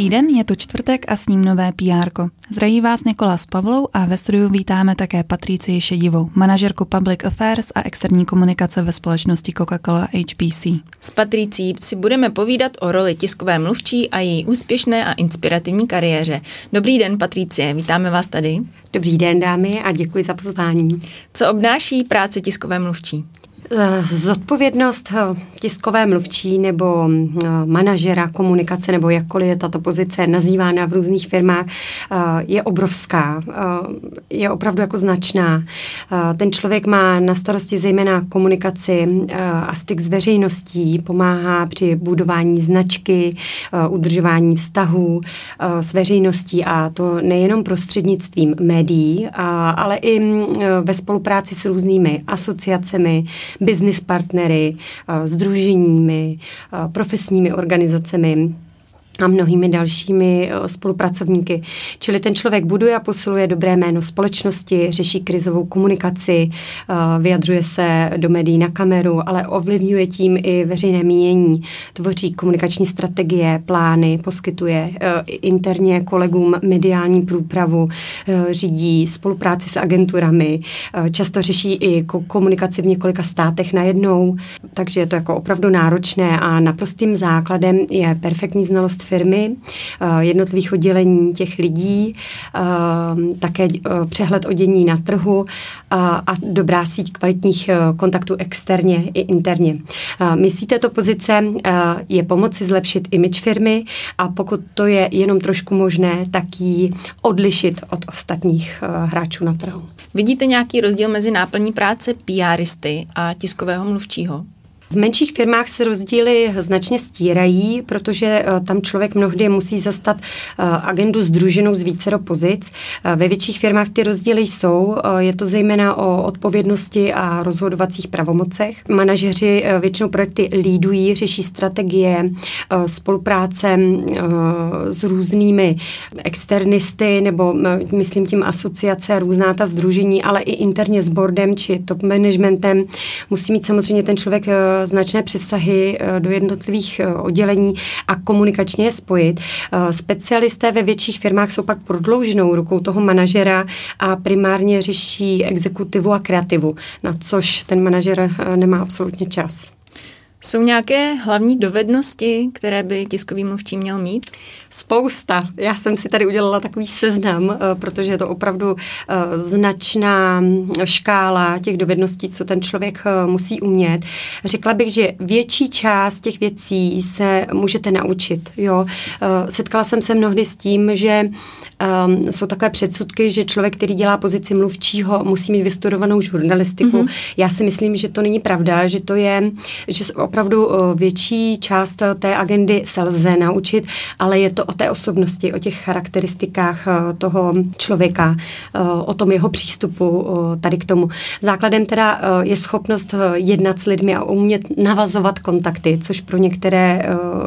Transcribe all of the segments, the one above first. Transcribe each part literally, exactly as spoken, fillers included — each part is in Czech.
Dobrý den, je tu čtvrtek a s ním nové P R ko. Zdraví vás Nikola s Pavlou a ve studiu vítáme také Patricii Šedivou, manažerku Public Affairs a externí komunikace ve společnosti Coca-Cola H P C. S Patricií si budeme povídat o roli tiskové mluvčí a její úspěšné a inspirativní kariéře. Dobrý den, Patricie, vítáme vás tady. Dobrý den, dámy, a děkuji za pozvání. Co obnáší práce tiskové mluvčí? Zodpovědnost tiskové mluvčí nebo manažera komunikace, nebo jakkoliv je tato pozice nazývána v různých firmách, je obrovská, je opravdu jako značná. Ten člověk má na starosti zejména komunikaci a styk s veřejností, pomáhá při budování značky, udržování vztahů s veřejností, a to nejenom prostřednictvím médií, ale i ve spolupráci s různými asociacemi, business partnery, sdruženími, profesními organizacemi a mnohými dalšími spolupracovníky. Čili ten člověk buduje a posiluje dobré jméno společnosti, řeší krizovou komunikaci, vyjadřuje se do médií na kameru, ale ovlivňuje tím i veřejné mínění, tvoří komunikační strategie, plány, poskytuje interně kolegům mediální průpravu, řídí spolupráci s agenturami, často řeší i komunikaci v několika státech najednou, takže je to jako opravdu náročné a naprostým základem je perfektní znalost firmy, jednotlivých oddělení těch lidí, také přehled o dění na trhu a dobrá síť kvalitních kontaktů externě i interně. Myslí této pozice je pomoci zlepšit image firmy, a pokud to je jenom trošku možné, tak ji odlišit od ostatních hráčů na trhu. Vidíte nějaký rozdíl mezi náplní práce PRisty a tiskového mluvčího? V menších firmách se rozdíly značně stírají, protože tam člověk mnohdy musí zastat agendu sdruženou z vícero pozic. Ve větších firmách ty rozdíly jsou. Je to zejména o odpovědnosti a rozhodovacích pravomocech. Manažeři většinou projekty lídují, řeší strategie, spolupráce s různými externisty, nebo myslím tím asociace, různá ta sdružení, ale i interně s boardem či top managementem. Musí mít samozřejmě ten člověk značné přesahy do jednotlivých oddělení a komunikačně je spojit. Specialisté ve větších firmách jsou pak prodlouženou rukou toho manažera a primárně řeší exekutivu a kreativu, na což ten manažer nemá absolutně čas. Jsou nějaké hlavní dovednosti, které by tiskový mluvčí měl mít? Spousta. Já jsem si tady udělala takový seznam, protože je to opravdu značná škála těch dovedností, co ten člověk musí umět. Řekla bych, že větší část těch věcí se můžete naučit. Jo? Setkala jsem se mnohdy s tím, že um, jsou takové předsudky, že člověk, který dělá pozici mluvčího, musí mít vystudovanou žurnalistiku. Mm-hmm. Já si myslím, že to není pravda, že to je, že opravdu větší část té agendy se lze naučit, ale je to o té osobnosti, o těch charakteristikách toho člověka, o tom jeho přístupu tady k tomu. Základem teda je schopnost jednat s lidmi a umět navazovat kontakty, což pro některé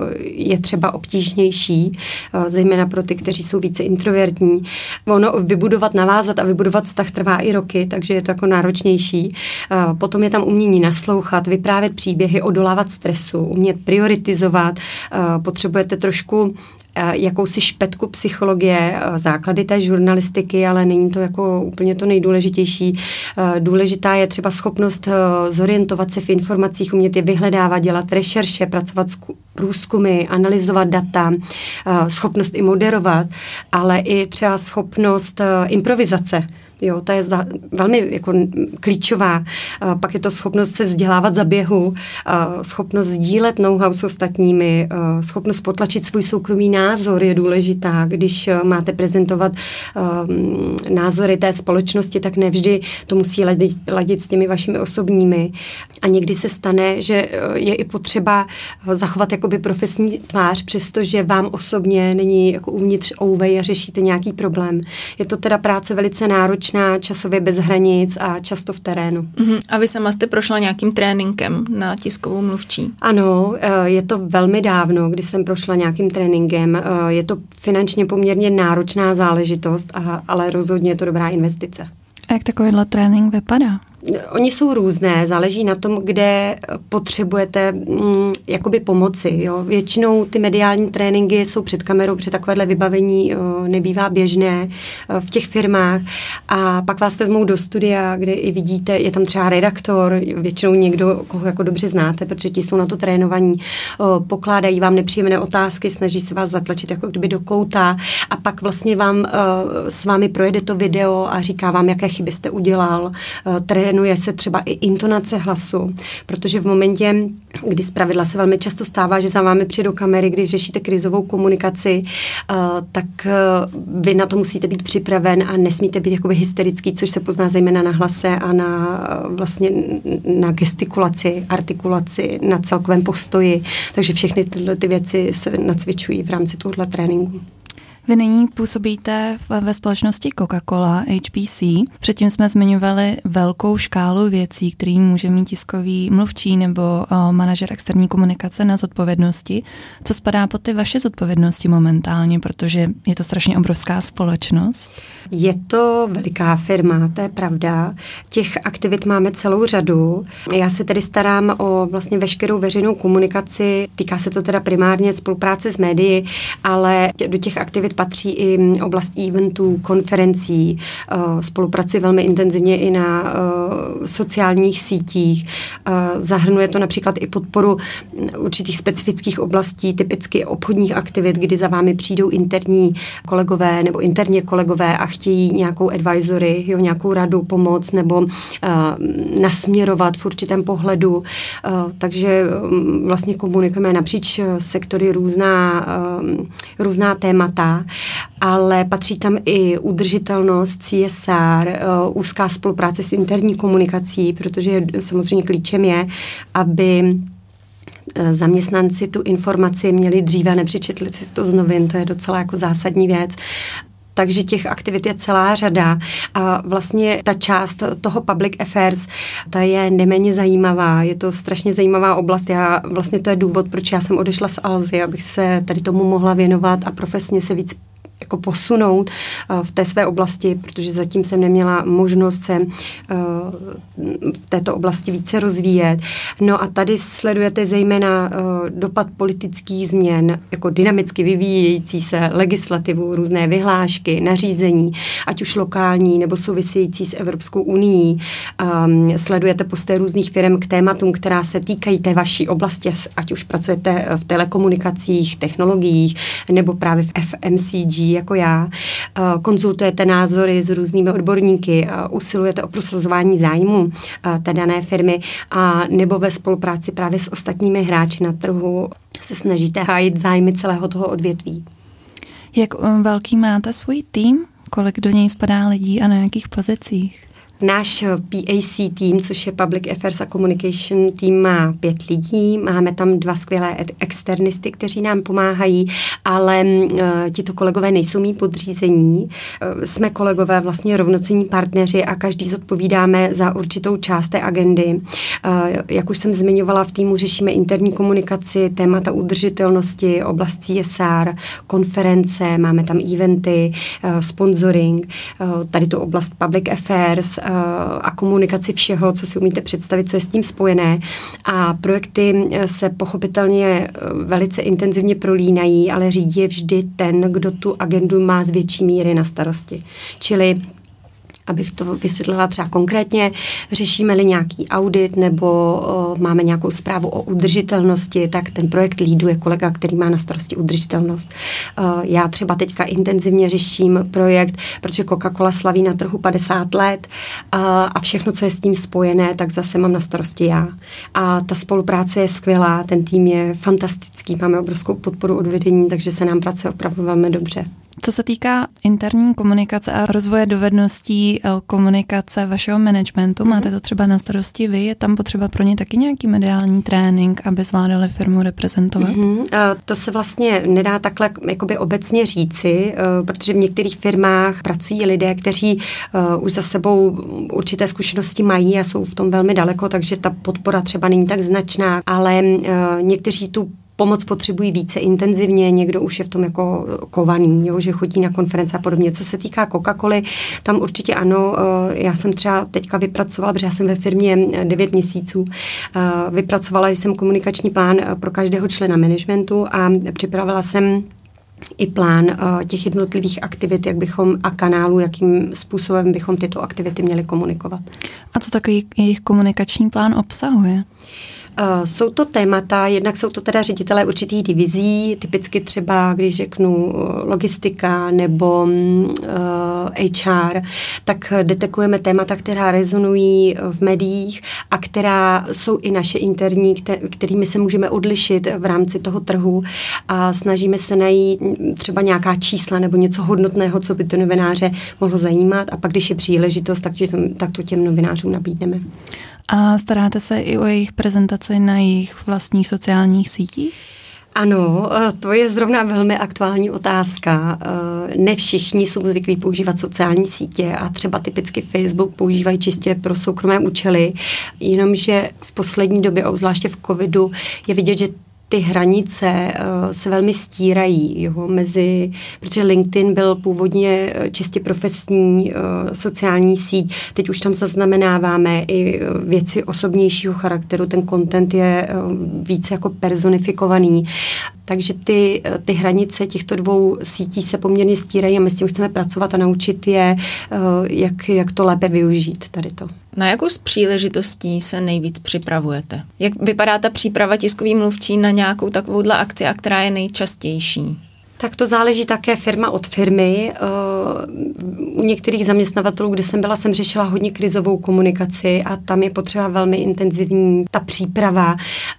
je třeba obtížnější, zejména pro ty, kteří jsou více introvertní. Ono vybudovat, navázat a vybudovat vztah trvá i roky, takže je to jako náročnější. Potom je tam umění naslouchat, vyprávět příběhy, odolávat stresu, umět prioritizovat, potřebujete trošku jakousi špetku psychologie, základy té žurnalistiky, ale není to jako úplně to nejdůležitější. Důležitá je třeba schopnost zorientovat se v informacích, umět je vyhledávat, dělat rešerše, pracovat s průzkumy, analyzovat data, schopnost i moderovat, ale i třeba schopnost improvizace. Jo, to je za, velmi jako klíčová. Pak je to schopnost se vzdělávat za běhu, schopnost sdílet know-how s ostatními, schopnost potlačit svůj soukromý názor je důležitá. Když máte prezentovat um, názory té společnosti, tak nevždy to musí ladit, ladit s těmi vašimi osobními. A někdy se stane, že je i potřeba zachovat jakoby profesní tvář, přestože vám osobně není jako uvnitř ouvej a řešíte nějaký problém. Je to teda práce velice náročná, časově bez hranic a často v terénu. Uh-huh. A vy sama jste prošla nějakým tréninkem na tiskovou mluvčí? Ano, je to velmi dávno, kdy jsem prošla nějakým tréninkem. Je to finančně poměrně náročná záležitost, ale rozhodně je to dobrá investice. A jak takovýhle trénink vypadá? Oni jsou různé, záleží na tom, kde potřebujete mm, jakoby pomoci. Jo. Většinou ty mediální tréninky jsou před kamerou, před takovéhle vybavení jo, nebývá běžné v těch firmách a pak vás vezmou do studia, kde i vidíte, je tam třeba redaktor, většinou někdo, koho jako dobře znáte, protože ti jsou na to trénovaní, pokládají vám nepříjemné otázky, snaží se vás zatlačit jako kdyby do kouta a pak vlastně vám s vámi projede to video a říká vám, jaké chyby jste udělal. Trénuje se třeba i intonace hlasu, protože v momentě, kdy zpravidla se velmi často stává, že za vámi přijde do kamery, když řešíte krizovou komunikaci, tak vy na to musíte být připraven a nesmíte být jakoby hysterický, což se pozná zejména na hlase a na vlastně na gestikulaci, artikulaci, na celkovém postoji. Takže všechny tyhle ty věci se nacvičují v rámci tohoto tréninku. Vy nyní působíte ve společnosti Coca-Cola, H P C. Předtím jsme zmiňovali velkou škálu věcí, který může mít tiskový mluvčí nebo uh, manažer externí komunikace na zodpovědnosti. Co spadá pod ty vaše zodpovědnosti momentálně, protože je to strašně obrovská společnost? Je to veliká firma, to je pravda. Těch aktivit máme celou řadu. Já se tedy starám o vlastně veškerou veřejnou komunikaci. Týká se to teda primárně spolupráce s médii, ale do těch aktivit patří i oblast eventů, konferencí. Spolupracuji velmi intenzivně i na sociálních sítích. Zahrnuje to například i podporu určitých specifických oblastí, typicky obchodních aktivit, kdy za vámi přijdou interní kolegové nebo interně kolegové a chtějí nějakou advisory, jo, nějakou radu, pomoc nebo uh, nasměrovat v určitém pohledu. Uh, takže um, vlastně komunikujeme napříč sektory různá, um, různá témata, ale patří tam i udržitelnost, C S R, uh, úzká spolupráce s interní komunikací, protože samozřejmě klíčem je, aby zaměstnanci tu informaci měli dříve, nepřečetli si to z novin, to je docela jako zásadní věc. Takže těch aktivit je celá řada a vlastně ta část toho public affairs, ta je neméně zajímavá, je to strašně zajímavá oblast, já vlastně to je důvod, proč já jsem odešla z Alzy, abych se tady tomu mohla věnovat a profesně se víc jako posunout uh, v té své oblasti, protože zatím jsem neměla možnost se uh, v této oblasti více rozvíjet. No a tady sledujete zejména uh, dopad politických změn, jako dynamicky vyvíjející se legislativu, různé vyhlášky, nařízení, ať už lokální nebo související s Evropskou unií. Um, sledujete posty různých firm k tématům, která se týkají té vaší oblasti, ať už pracujete v telekomunikacích, technologiích nebo právě v F M C G, jako já, konzultujete názory s různými odborníky, usilujete o prosazování zájmu té dané firmy a nebo ve spolupráci právě s ostatními hráči na trhu se snažíte hájit zájmy celého toho odvětví. Jak velký máte svůj tým? Kolik do něj spadá lidí a na jakých pozicích? Náš P A C tým, což je Public Affairs a Communication tým, má pět lidí. Máme tam dva skvělé externisty, kteří nám pomáhají, ale uh, tito kolegové nejsou mý podřízení. Uh, jsme kolegové vlastně rovnocenní partneři a každý zodpovídáme za určitou část té agendy. Uh, jak už jsem zmiňovala, v týmu řešíme interní komunikaci, témata udržitelnosti, oblast C S R, konference, máme tam eventy, uh, sponsoring, uh, tady tu oblast Public Affairs, a komunikaci všeho, co si umíte představit, co je s tím spojené. A projekty se pochopitelně velice intenzivně prolínají, ale řídí je vždy ten, kdo tu agendu má z větší míry na starosti. Čili abych to vysvětlila třeba konkrétně, řešíme-li nějaký audit nebo o, máme nějakou zprávu o udržitelnosti, tak ten projekt líduje kolega, který má na starosti udržitelnost. O, já třeba teďka intenzivně řeším projekt, protože Coca-Cola slaví na trhu padesát let a, a všechno, co je s tím spojené, tak zase mám na starosti já. A ta spolupráce je skvělá, ten tým je fantastický, máme obrovskou podporu od vedení, takže se nám pracuje opravdu velmi dobře. Co se týká interní komunikace a rozvoje dovedností komunikace vašeho managementu, máte to třeba na starosti vy, je tam potřeba pro ně taky nějaký mediální trénink, aby zvládali firmu reprezentovat? Mm-hmm. Uh, to se vlastně nedá takhle jakoby obecně říci, uh, protože v některých firmách pracují lidé, kteří uh, už za sebou určité zkušenosti mají a jsou v tom velmi daleko, takže ta podpora třeba není tak značná, ale uh, někteří tu pomoc potřebují více intenzivně, někdo už je v tom jako kovaný, jo, že chodí na konference a podobně. Co se týká Coca-Coly, tam určitě ano, já jsem třeba teďka vypracovala, protože já jsem ve firmě devět měsíců, vypracovala jsem komunikační plán pro každého člena managementu a připravila jsem i plán uh, těch jednotlivých aktivit, jak bychom a kanálů, jakým způsobem bychom tyto aktivity měli komunikovat. A co takový jejich komunikační plán obsahuje? Uh, jsou to témata, jednak jsou to teda ředitelé určitých divizí, typicky třeba, když řeknu logistika nebo uh, H R, tak detekujeme témata, která rezonují v médiích a která jsou i naše interní, kterými se můžeme odlišit v rámci toho trhu a snažíme se najít třeba nějaká čísla nebo něco hodnotného, co by to novináře mohlo zajímat a pak, když je příležitost, tak, to, tak to těm novinářům nabídneme. A staráte se i o jejich prezentaci na jejich vlastních sociálních sítích? Ano, to je zrovna velmi aktuální otázka. Ne všichni jsou zvyklí používat sociální sítě a třeba typicky Facebook používají čistě pro soukromé účely, jenomže v poslední době, obzvláště v covidu, je vidět, že ty hranice uh, se velmi stírají, jo, mezi, protože LinkedIn byl původně čistě profesní uh, sociální síť, teď už tam zaznamenáváme i věci osobnějšího charakteru, ten content je uh, více jako personifikovaný, takže ty, ty hranice těchto dvou sítí se poměrně stírají a my s tím chceme pracovat a naučit je, uh, jak, jak to lépe využít, tady to. Na jakou z příležitostí se nejvíc připravujete? Jak vypadá ta příprava tiskový mluvčí na nějakou takovouhle akci, a která je nejčastější? Tak to záleží také firma od firmy. U některých zaměstnavatelů, kde jsem byla, jsem řešila hodně krizovou komunikaci a tam je potřeba velmi intenzivní ta příprava,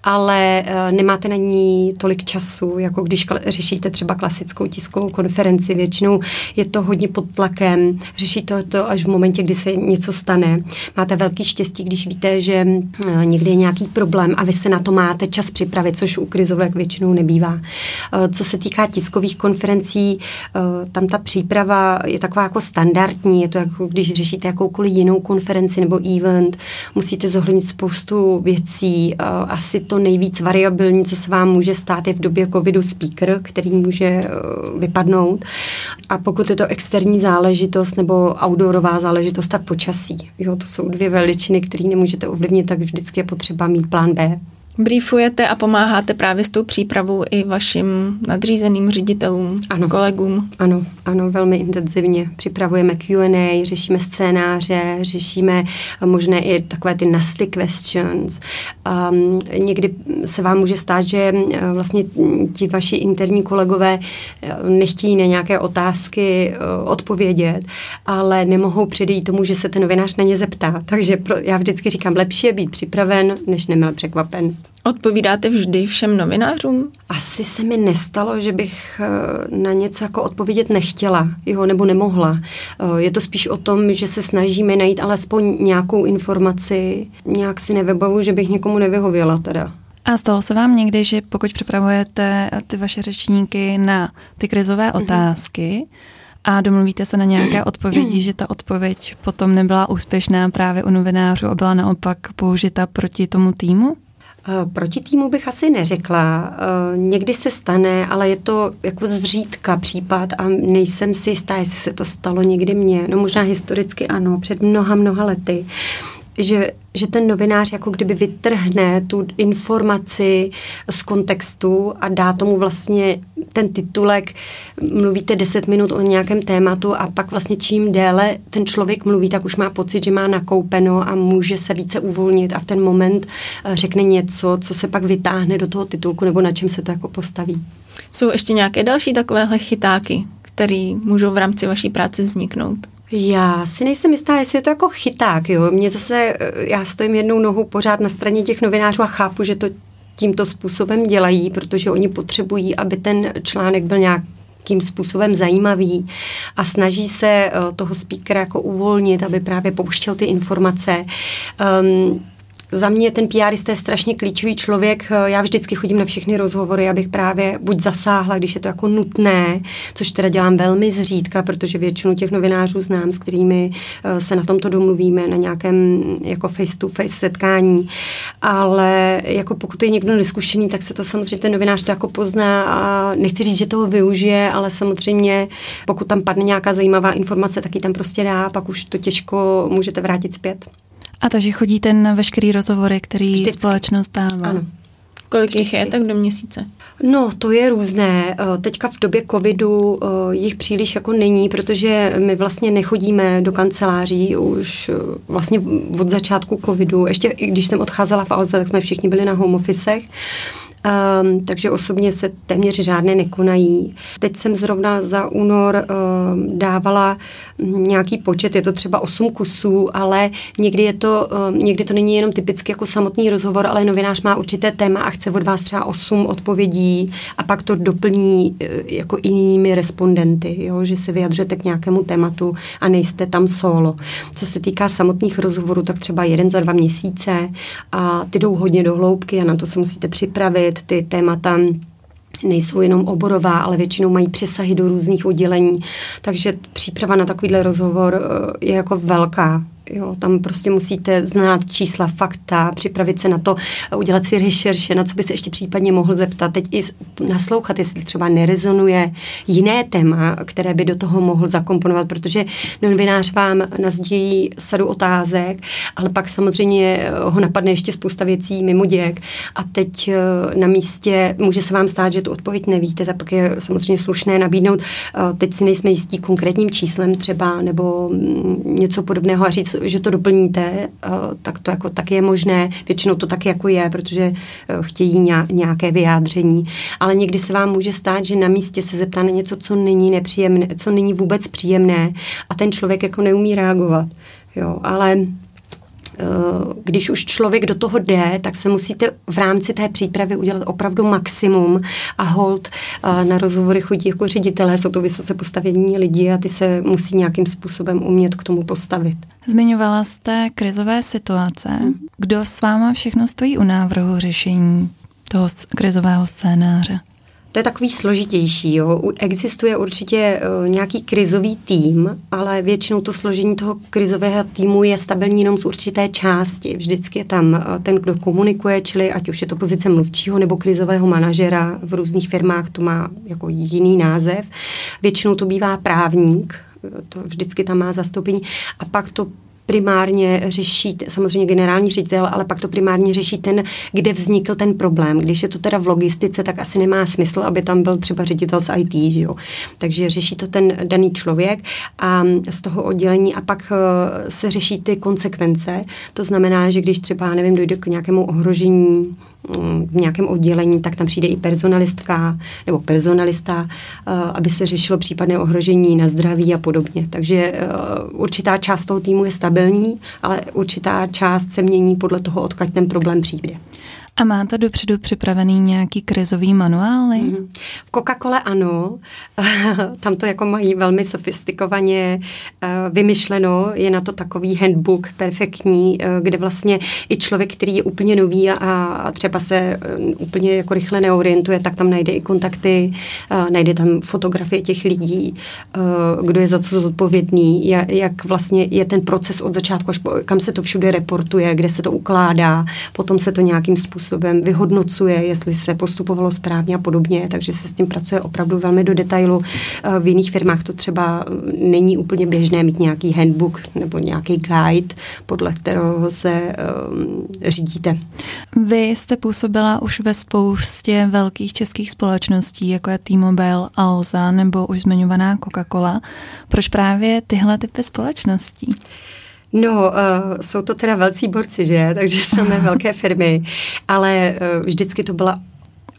ale nemáte na ní tolik času, jako když řešíte třeba klasickou tiskovou konferenci. Většinou je to hodně pod tlakem, řešíte to až v momentě, kdy se něco stane. Máte velký štěstí, když víte, že někde je nějaký problém a vy se na to máte čas připravit, což u krizovek většinou nebývá. Co se týká tiskových konferencí, tam ta příprava je taková jako standardní, je to jako když řešíte jakoukoliv jinou konferenci nebo event, musíte zohlednit spoustu věcí, asi to nejvíc variabilní, co se vám může stát, je v době covidu speaker, který může vypadnout a pokud je to externí záležitost nebo outdoorová záležitost, tak počasí. Jo, to jsou dvě veličiny, které nemůžete ovlivnit, tak vždycky je potřeba mít plán B. Briefujete a pomáháte právě s tou přípravou i vašim nadřízeným ředitelům, ano, kolegům? Ano, ano, velmi intenzivně. Připravujeme Q and A, řešíme scénáře, řešíme možné i takové ty nasty questions. Um, někdy se vám může stát, že vlastně ti vaši interní kolegové nechtějí na nějaké otázky odpovědět, ale nemohou předejít tomu, že se ten novinář na ně zeptá. Takže pro, já vždycky říkám, lepší je být připraven, než nemile překvapen. Odpovídáte vždy všem novinářům? Asi se mi nestalo, že bych na něco jako odpovědět nechtěla, jo, nebo nemohla. Je to spíš o tom, že se snažíme najít alespoň nějakou informaci, nějak si nevybavu, že bych někomu nevyhověla teda. A stalo se vám někdy, že pokud připravujete ty vaše řečníky na ty krizové otázky a domluvíte se na nějaké odpovědi, že ta odpověď potom nebyla úspěšná právě u novinářů a byla naopak použita proti tomu týmu? Proti týmu bych asi neřekla. Někdy se stane, ale je to jako zřídka případ a nejsem si jistá, jestli se to stalo někdy mně. No možná historicky ano, před mnoha, mnoha lety. Že, že ten novinář jako kdyby vytrhne tu informaci z kontextu a dá tomu vlastně ten titulek, mluvíte deset minut o nějakém tématu a pak vlastně čím déle ten člověk mluví, tak už má pocit, že má nakoupeno a může se více uvolnit a v ten moment řekne něco, co se pak vytáhne do toho titulku nebo na čem se to jako postaví. Jsou ještě nějaké další takovéhle chytáky, které můžou v rámci vaší práce vzniknout? Já si nejsem jistá, jestli je to jako chyták, jo. Mě zase, já stojím jednou nohou pořád na straně těch novinářů a chápu, že to tímto způsobem dělají, protože oni potřebují, aby ten článek byl nějakým způsobem zajímavý a snaží se toho speakera jako uvolnit, aby právě pouštěl ty informace. Um, Za mě ten PRista je strašně klíčový člověk. Já vždycky chodím na všechny rozhovory, abych právě buď zasáhla, když je to jako nutné, což teda dělám velmi zřídka, protože většinu těch novinářů znám, s kterými se na tomto domluvíme, na nějakém jako face-to-face setkání. Ale jako pokud je někdo neskušený, tak se to samozřejmě ten novinář to jako pozná a nechci říct, že toho využije, ale samozřejmě pokud tam padne nějaká zajímavá informace, tak ji tam prostě dá, pak už to těžko můžete vrátit zpět. A takže chodíte na veškerý rozhovory, který Vždycky. společnost dává? Ano. Kolik jich je tak do měsíce? No, to je různé. Teďka v době covidu jich příliš jako není, protože my vlastně nechodíme do kanceláří už vlastně od začátku covidu. Ještě i když jsem odcházela v Alze, tak jsme všichni byli na home officech. Um, takže osobně se téměř žádné nekonají. Teď jsem zrovna za únor um, dávala nějaký počet, je to třeba osm kusů, ale někdy je to, um, někdy to není jenom typicky jako samotný rozhovor, ale novinář má určité téma a chce od vás třeba osm odpovědí a pak to doplní uh, jako jinými respondenty, jo? Že se vyjadřujete k nějakému tématu a nejste tam solo. Co se týká samotných rozhovorů, tak třeba jeden za dva měsíce a ty jdou hodně do hloubky a na to se musíte připravit. Ty témata nejsou jenom oborová, ale většinou mají přesahy do různých oddělení, takže příprava na takovýhle rozhovor je jako velká. Jo, tam prostě musíte znát čísla, fakta, připravit se na to, udělat si rešerše, na co by se ještě případně mohl zeptat. Teď i naslouchat, jestli třeba nerezonuje jiné téma, které by do toho mohl zakomponovat, protože novinář vám nasdílí sadu otázek, ale pak samozřejmě ho napadne ještě spousta věcí mimo děk a teď na místě může se vám stát, že tu odpověď nevíte, tak pak je samozřejmě slušné nabídnout. Teď si nejsme jistí konkrétním číslem třeba nebo něco podobného a říct, že to doplníte, tak to jako taky je možné. Většinou to taky jako je, protože chtějí nějaké vyjádření. Ale někdy se vám může stát, že na místě se zeptá na něco, co není nepříjemné, co není vůbec příjemné a ten člověk jako neumí reagovat. Jo, ale když už člověk do toho jde, tak se musíte v rámci té přípravy udělat opravdu maximum a hold na rozhovory chodí jako ředitelé, jsou to vysoce postavení lidi a ty se musí nějakým způsobem umět k tomu postavit. Zmiňovala jste krizové situace. Kdo s váma všechno stojí u návrhu řešení toho krizového scénáře? To je takový složitější. Jo. Existuje určitě uh, nějaký krizový tým, ale většinou to složení toho krizového týmu je stabilní jenom z určité části. Vždycky je tam uh, ten, kdo komunikuje, čili ať už je to pozice mluvčího nebo krizového manažera. V různých firmách to má jako jiný název. Většinou to bývá právník, to vždycky tam má zastoupení. A pak to primárně řeší, samozřejmě generální ředitel, ale pak to primárně řeší ten, kde vznikl ten problém. Když je to teda v logistice, tak asi nemá smysl, aby tam byl třeba ředitel z í té, že jo. Takže řeší to ten daný člověk a z toho oddělení a pak se řeší ty konsekvence. To znamená, že když třeba, nevím, dojde k nějakému ohrožení v nějakém oddělení, tak tam přijde i personalistka nebo personalista, aby se řešilo případné ohrožení na zdraví a podobně. Takže určitá část toho týmu je stabilní, ale určitá část se mění podle toho, odkud ten problém přijde. A máte dopředu připravený nějaký krizový manuály? Mm-hmm. V Coca-Cole ano, tam to jako mají velmi sofistikovaně uh, vymyšleno, je na to takový handbook perfektní, uh, kde vlastně i člověk, který je úplně nový a, a třeba se uh, úplně jako rychle neorientuje, tak tam najde i kontakty, uh, najde tam fotografie těch lidí, uh, kdo je za co zodpovědný, jak, jak vlastně je ten proces od začátku, až po, kam se to všude reportuje, kde se to ukládá, potom se to nějakým způsobem vyhodnocuje, jestli se postupovalo správně a podobně, takže se s tím pracuje opravdu velmi do detailu. V jiných firmách to třeba není úplně běžné mít nějaký handbook nebo nějaký guide, podle kterého se um, řídíte. Vy jste působila už ve spoustě velkých českých společností, jako je T-Mobile, Alza nebo už zmiňovaná Coca-Cola. Proč právě tyhle typy společností? No, uh, jsou to teda velcí borci, že? Takže samé velké firmy, ale uh, vždycky to byla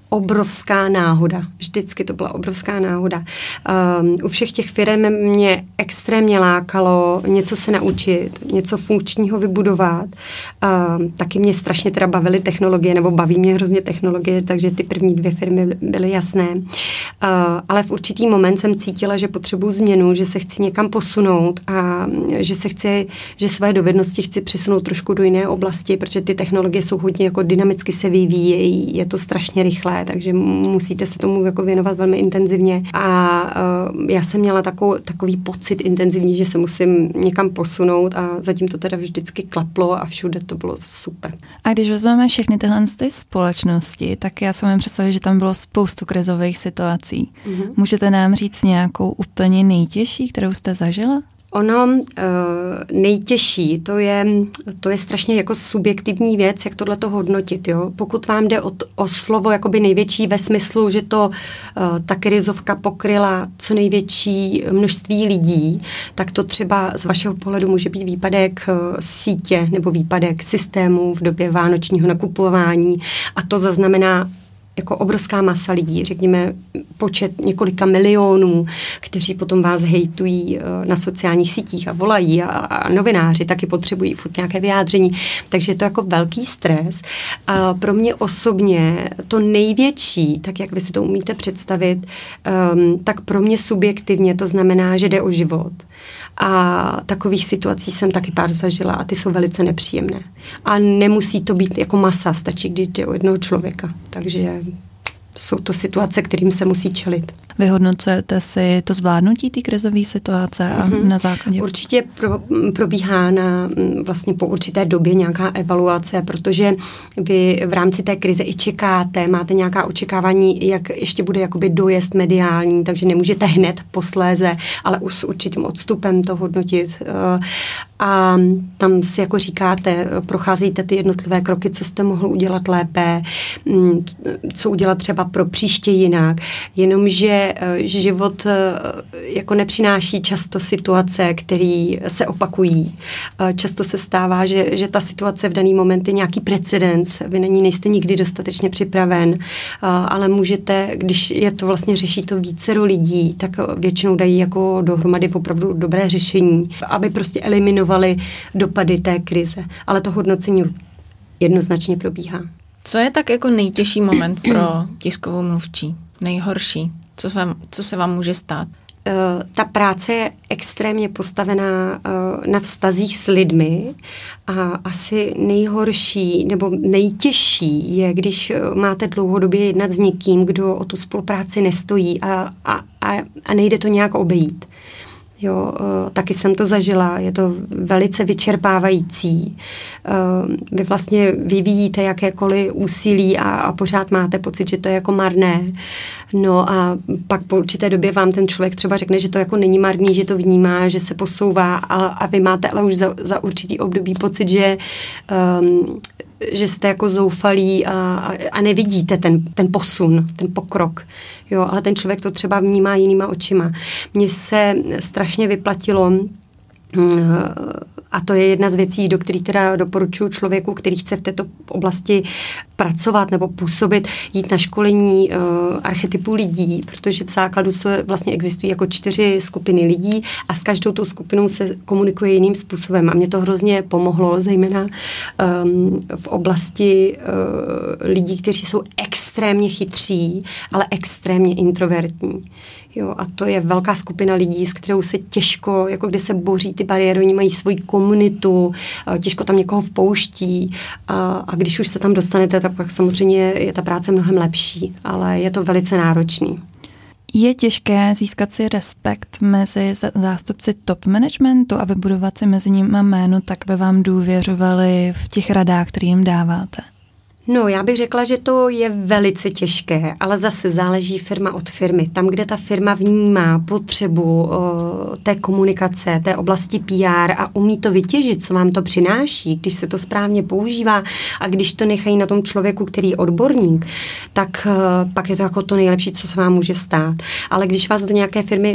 obrovská náhoda. Vždycky to byla obrovská náhoda. Um, u všech těch firem mě extrémně lákalo něco se naučit, něco funkčního vybudovat. Um, taky mě strašně teda bavily technologie, nebo baví mě hrozně technologie, takže ty první dvě firmy byly jasné. Uh, ale v určitý moment jsem cítila, že potřebuji změnu, že se chci někam posunout a že se chci, že své dovednosti chci přesunout trošku do jiné oblasti, protože ty technologie jsou hodně jako dynamicky se vyvíjejí, je to strašně rychlé, takže musíte se tomu jako věnovat velmi intenzivně. A uh, já jsem měla takovou, takový pocit intenzivní, že se musím někam posunout a zatím to teda vždycky klaplo a všude to bylo super. A když vezmeme všechny tyhle ty společnosti, tak já si můžu představit, že tam bylo spoustu krizových situací. Mm-hmm. Můžete nám říct nějakou úplně nejtěžší, kterou jste zažila? Ono uh, nejtěžší, to je, to je strašně jako subjektivní věc, jak tohle to hodnotit. Jo? Pokud vám jde o, o slovo jakoby největší ve smyslu, že to uh, ta krizovka pokryla co největší množství lidí, tak to třeba z vašeho pohledu může být výpadek uh, sítě nebo výpadek systému v době vánočního nakupování a to zaznamená jako obrovská masa lidí, řekněme počet několika milionů, kteří potom vás hejtují na sociálních sítích a volají a, a novináři taky potřebují furt nějaké vyjádření, takže je to jako velký stres. A pro mě osobně to největší, tak jak vy si to umíte představit, um, tak pro mě subjektivně to znamená, že jde o život. A takových situací jsem taky pár zažila a ty jsou velice nepříjemné. A nemusí to být jako masa, stačí, když jde o jednoho člověka. Takže jsou to situace, kterým se musí čelit. Vyhodnocujete si to zvládnutí té krizové situace a mm-hmm. na základě? Určitě pro, probíhá na, vlastně po určité době nějaká evaluace, protože vy v rámci té krize i čekáte, máte nějaká očekávání, jak ještě bude jakoby dojezd mediální, takže nemůžete hned posléze, ale už s určitým odstupem to hodnotit. A tam si jako říkáte, procházíte ty jednotlivé kroky, co jste mohl udělat lépe, co udělat třeba pro příště jinak, jenomže život jako nepřináší často situace, které se opakují. Často se stává, že, že ta situace v daný moment je nějaký precedens, vy na ní nejste nikdy dostatečně připraven, ale můžete, když je to vlastně řeší to vícero lidí, tak většinou dají jako dohromady opravdu dobré řešení, aby prostě eliminovali dopady té krize. Ale to hodnocení jednoznačně probíhá. Co je tak jako nejtěžší moment pro tiskovou mluvčí? Nejhorší? Co, vám, co se vám může stát? Uh, ta práce je extrémně postavená uh, na vztazích s lidmi a asi nejhorší nebo nejtěžší je, když máte dlouhodobě jednat s někým, kdo o tu spolupráci nestojí a, a, a, a nejde to nějak obejít. Jo, taky jsem to zažila, je to velice vyčerpávající. Vy vlastně vyvíjíte jakékoliv úsilí a, a pořád máte pocit, že to je jako marné. No a pak po určité době vám ten člověk třeba řekne, že to jako není marný, že to vnímá, že se posouvá a, a vy máte ale už za, za určitý období pocit, že um, že jste jako zoufalí a, a nevidíte ten, ten posun, ten pokrok. Jo, ale ten člověk to třeba vnímá jinýma očima. Mně se strašně vyplatilo a to je jedna z věcí, do kterých teda doporučuji člověku, který chce v této oblasti pracovat nebo působit, jít na školení uh, archetypů lidí, protože v základu se vlastně existují jako čtyři skupiny lidí a s každou tou skupinou se komunikuje jiným způsobem. A mě to hrozně pomohlo, zejména um, v oblasti uh, lidí, kteří jsou extrémně chytří, ale extrémně introvertní. Jo, a to je velká skupina lidí, s kterou se těžko, jako kde se boří ty bariéry, oni mají svoji komunitu, těžko tam někoho vpouští a, a když už se tam dostanete, tak pak samozřejmě je ta práce mnohem lepší, ale je to velice náročný. Je těžké získat si respekt mezi zástupci top managementu a vybudovat si mezi nimi jméno, tak by vám důvěřovali v těch radách, které jim dáváte? No, já bych řekla, že to je velice těžké, ale zase záleží firma od firmy. Tam, kde ta firma vnímá potřebu o, té komunikace, té oblasti P R a umí to vytěžit, co vám to přináší, když se to správně používá a když to nechají na tom člověku, který je odborník, tak o, pak je to jako to nejlepší, co se vám může stát. Ale když vás do nějaké firmy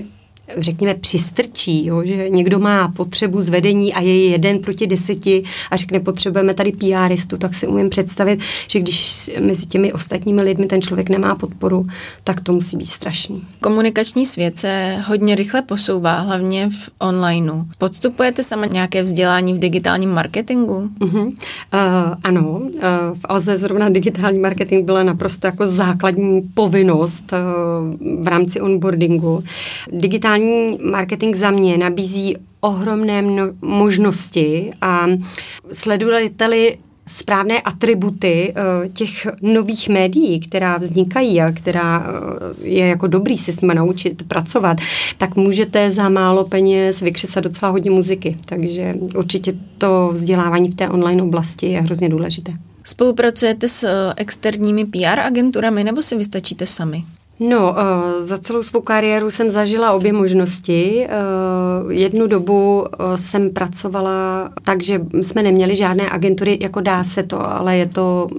řekněme, přistrčí, jo, že někdo má potřebu zvedení a je jeden proti deseti a řekne, potřebujeme tady PRistu, tak si umím představit, že když mezi těmi ostatními lidmi ten člověk nemá podporu, tak to musí být strašný. Komunikační svět se hodně rychle posouvá, hlavně v onlineu. Podstupujete sama nějaké vzdělání v digitálním marketingu? Uh-huh. Uh, ano, uh, v Alze zrovna digitální marketing byla naprosto jako základní povinnost uh, v rámci onboardingu. Digitální marketing za mě nabízí ohromné mno- možnosti a sledujete-li správné atributy uh, těch nových médií, která vznikají a která uh, je jako dobrý se s nimi naučit pracovat, tak můžete za málo peněz vykřesat docela hodně muziky. Takže určitě to vzdělávání v té online oblasti je hrozně důležité. Spolupracujete s uh, externími P R agenturami nebo si vystačíte sami? No, uh, za celou svou kariéru jsem zažila obě možnosti. Uh, jednu dobu uh, jsem pracovala tak, že jsme neměli žádné agentury, jako dá se to, ale je to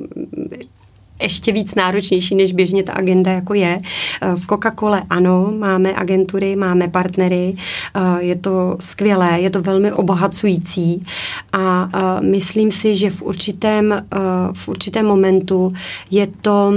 ještě víc náročnější, než běžně ta agenda jako je. V Coca-Cole ano, máme agentury, máme partnery, je to skvělé, je to velmi obohacující a myslím si, že v určitém, v určitém momentu je to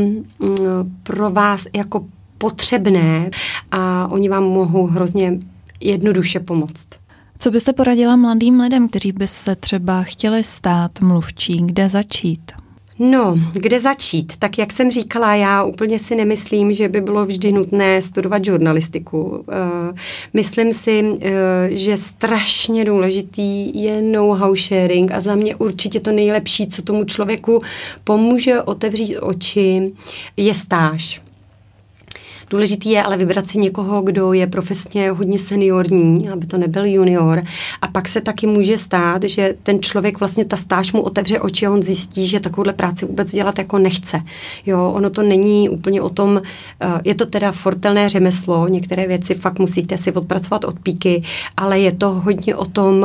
pro vás jako potřebné a oni vám mohou hrozně jednoduše pomoct. Co byste poradila mladým lidem, kteří by se třeba chtěli stát mluvčí, kde začít? No, kde začít? Tak jak jsem říkala, já úplně si nemyslím, že by bylo vždy nutné studovat žurnalistiku. Uh, myslím si, uh, že strašně důležitý je know-how sharing a za mě určitě to nejlepší, co tomu člověku pomůže otevřít oči, je stáž. Důležitý je ale vybrat si někoho, kdo je profesně hodně seniorní, aby to nebyl junior. A pak se taky může stát, že ten člověk vlastně ta stáž mu otevře oči a on zjistí, že takovouhle práci vůbec dělat jako nechce. Jo, ono to není úplně o tom, je to teda fortelné řemeslo, některé věci fakt musíte si odpracovat od píky, ale je to hodně o tom,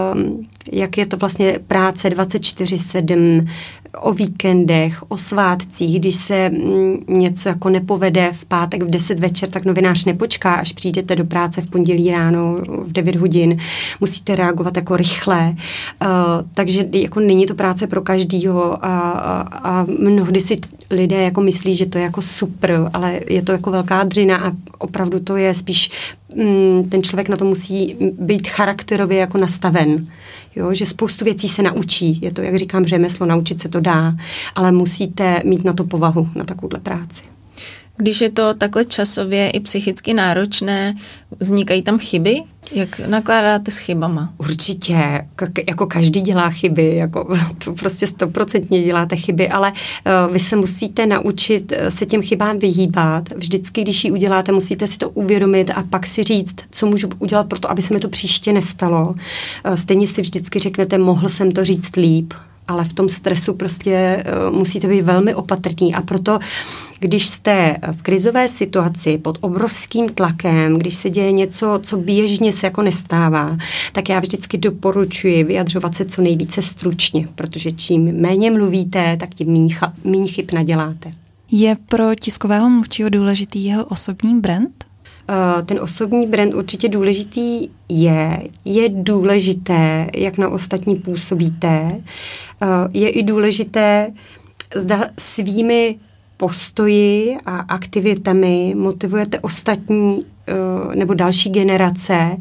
jak je to vlastně práce dvacet čtyři sedm, o víkendech, o svátcích, když se něco jako nepovede v pátek v deset večer, tak novinář nepočká, až přijdete do práce v pondělí ráno v devět hodin. Musíte reagovat jako rychle. Uh, takže jako není to práce pro každýho a, a, a mnohdy si lidé jako myslí, že to je jako super, ale je to jako velká dřina a opravdu to je spíš mm, ten člověk na to musí být charakterově jako nastaven. Jo, že spoustu věcí se naučí. Je to, jak říkám, řemeslo, naučit se to dá, ale musíte mít na to povahu, na takovouhle práci. Když je to takhle časově i psychicky náročné, vznikají tam chyby? Jak nakládáte s chybama? Určitě, jako každý dělá chyby, jako to prostě stoprocentně děláte chyby, ale uh, vy se musíte naučit se těm chybám vyhýbat. Vždycky, když ji uděláte, musíte si to uvědomit a pak si říct, co můžu udělat pro to, aby se mi to příště nestalo. Uh, stejně si vždycky řeknete, mohl jsem to říct líp, ale v tom stresu prostě uh, musíte být velmi opatrní a proto, když jste v krizové situaci pod obrovským tlakem, když se děje něco, co běžně se jako nestává, tak já vždycky doporučuji vyjadřovat se co nejvíce stručně, protože čím méně mluvíte, tak tím méně, méně chyb naděláte. Je pro tiskového mluvčího důležitý jeho osobní brand? Ten osobní brand určitě důležitý je. Je důležité, jak na ostatní působíte. Je i důležité, zda svými postoji a aktivitami motivujete ostatní nebo další generace,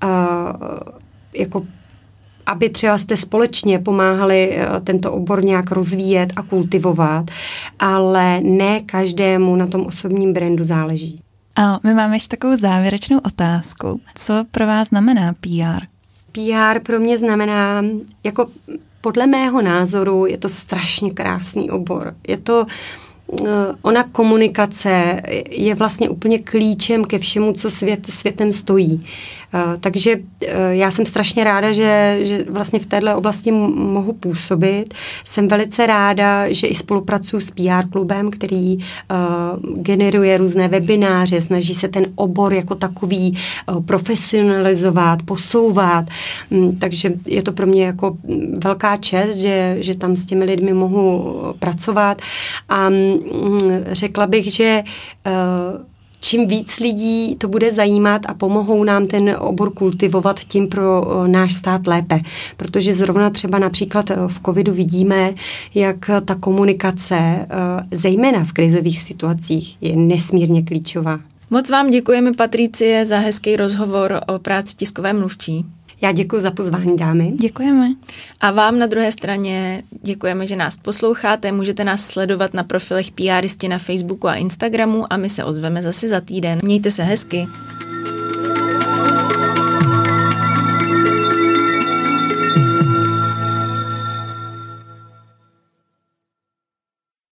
jako aby třeba jste společně pomáhali tento obor nějak rozvíjet a kultivovat, ale ne každému na tom osobním brandu záleží. A my máme ještě takovou závěrečnou otázku. Co pro vás znamená P R? P R pro mě znamená, jako podle mého názoru, je to strašně krásný obor. Je to, ona komunikace je vlastně úplně klíčem ke všemu, co svět, světem stojí. Takže já jsem strašně ráda, že, že vlastně v této oblasti mohu působit. Jsem velice ráda, že i spolupracuji s P R klubem, který uh, generuje různé webináře, snaží se ten obor jako takový uh, profesionalizovat, posouvat. Um, takže je to pro mě jako velká čest, že, že tam s těmi lidmi mohu pracovat. A um, řekla bych, že uh, čím víc lidí to bude zajímat a pomohou nám ten obor kultivovat, tím pro náš stát lépe. Protože zrovna třeba například v covidu vidíme, jak ta komunikace, zejména v krizových situacích, je nesmírně klíčová. Moc vám děkujeme, Patricie, za hezký rozhovor o práci tiskové mluvčí. Já děkuji za pozvání, dámy. Děkujeme. A vám na druhé straně děkujeme, že nás posloucháte. Můžete nás sledovat na profilech pé eristi na Facebooku a Instagramu a my se ozveme zase za týden. Mějte se hezky.